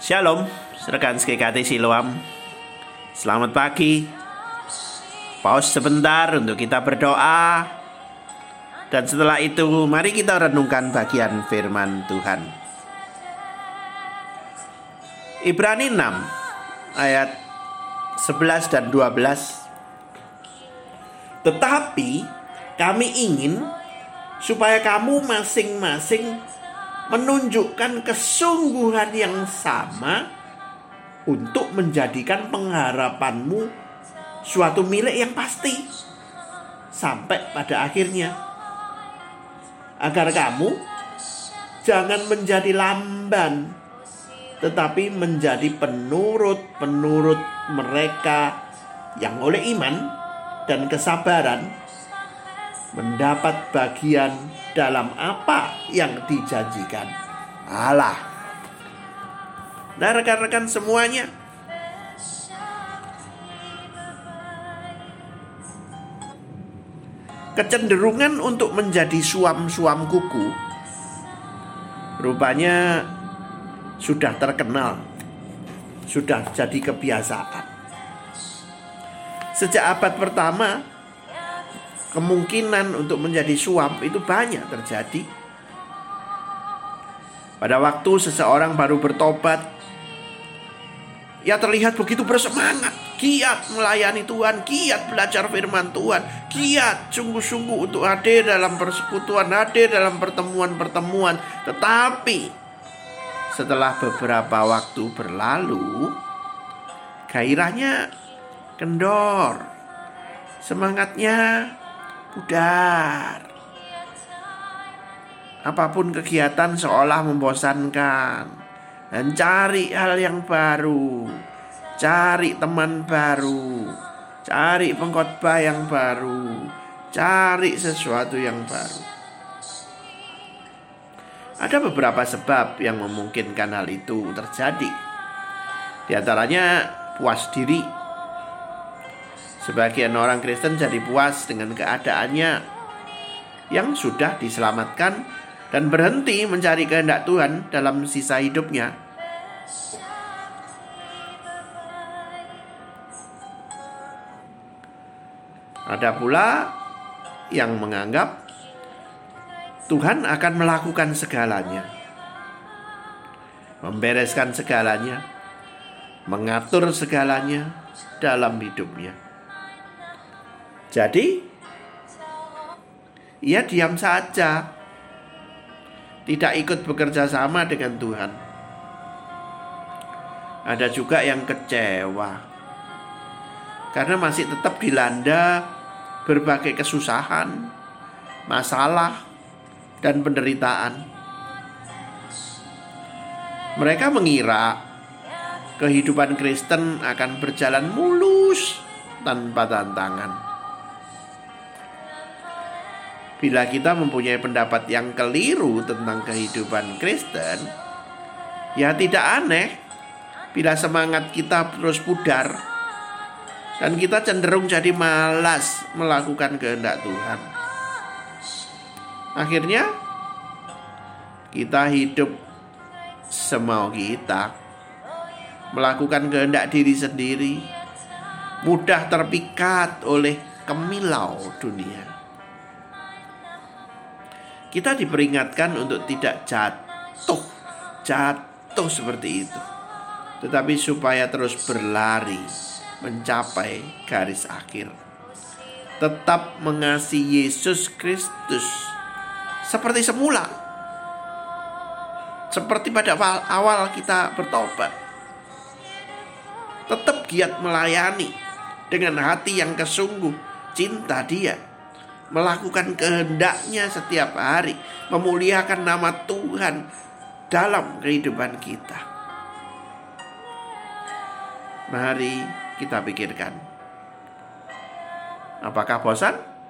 Shalom, rekan GKT Siloam. Selamat pagi. Pause sebentar untuk kita berdoa. Dan setelah itu mari kita renungkan bagian firman Tuhan. Ibrani 6 ayat 11 dan 12. Tetapi kami ingin supaya kamu masing-masing menunjukkan kesungguhan yang sama untuk menjadikan pengharapanmu suatu milik yang pasti sampai pada akhirnya, agar kamu jangan menjadi lamban, tetapi menjadi penurut-penurut mereka yang oleh iman dan kesabaran mendapat bagian dalam apa yang dijanjikan Allah. Nah, rekan-rekan semuanya, kecenderungan untuk menjadi suam-suam kuku rupanya sudah terkenal, sudah jadi kebiasaan. Sejak abad pertama, kemungkinan untuk menjadi suam itu banyak terjadi. Pada waktu seseorang baru bertobat, ia terlihat begitu bersemangat, giat melayani Tuhan, giat belajar firman Tuhan, giat sungguh-sungguh untuk hadir dalam persekutuan, hadir dalam pertemuan-pertemuan. Tetapi setelah beberapa waktu berlalu, gairahnya kendor, semangatnya pudar. Apapun kegiatan seolah membosankan, dan cari hal yang baru, cari teman baru, cari pengkhotbah yang baru, cari sesuatu yang baru. Ada beberapa sebab yang memungkinkan hal itu terjadi. Di antaranya puas diri. Sebagian orang Kristen jadi puas dengan keadaannya yang sudah diselamatkan dan berhenti mencari kehendak Tuhan dalam sisa hidupnya. Ada pula yang menganggap Tuhan akan melakukan segalanya, membereskan segalanya, mengatur segalanya dalam hidupnya. Jadi, ia diam saja, tidak ikut bekerja sama dengan Tuhan. Ada juga yang kecewa karena masih tetap dilanda berbagai kesusahan, masalah, dan penderitaan. Mereka mengira kehidupan Kristen akan berjalan mulus tanpa tantangan. Bila kita mempunyai pendapat yang keliru tentang kehidupan Kristen, ya tidak aneh bila semangat kita terus pudar dan kita cenderung jadi malas melakukan kehendak Tuhan. Akhirnya kita hidup semau kita, melakukan kehendak diri sendiri, mudah terpikat oleh kemilau dunia. Kita diperingatkan untuk tidak jatuh seperti itu, tetapi supaya terus berlari mencapai garis akhir. Tetap mengasihi Yesus Kristus seperti semula, seperti pada awal kita bertobat. Tetap giat melayani dengan hati yang kesungguh cinta Dia, melakukan kehendaknya setiap hari, memuliakan nama Tuhan dalam kehidupan kita. Mari kita pikirkan, apakah bosan?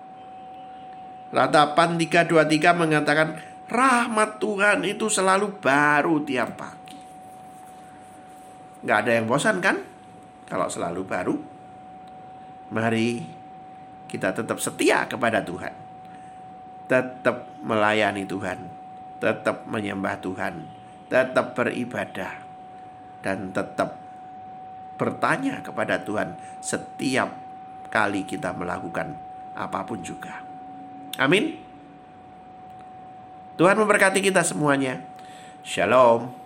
Ratapan 3:23 mengatakan rahmat Tuhan itu selalu baru tiap pagi. Gak ada yang bosan kan kalau selalu baru? Mari kita tetap setia kepada Tuhan, tetap melayani Tuhan, tetap menyembah Tuhan, tetap beribadah, dan tetap bertanya kepada Tuhan setiap kali kita melakukan apapun juga. Amin. Tuhan memberkati kita semuanya. Shalom.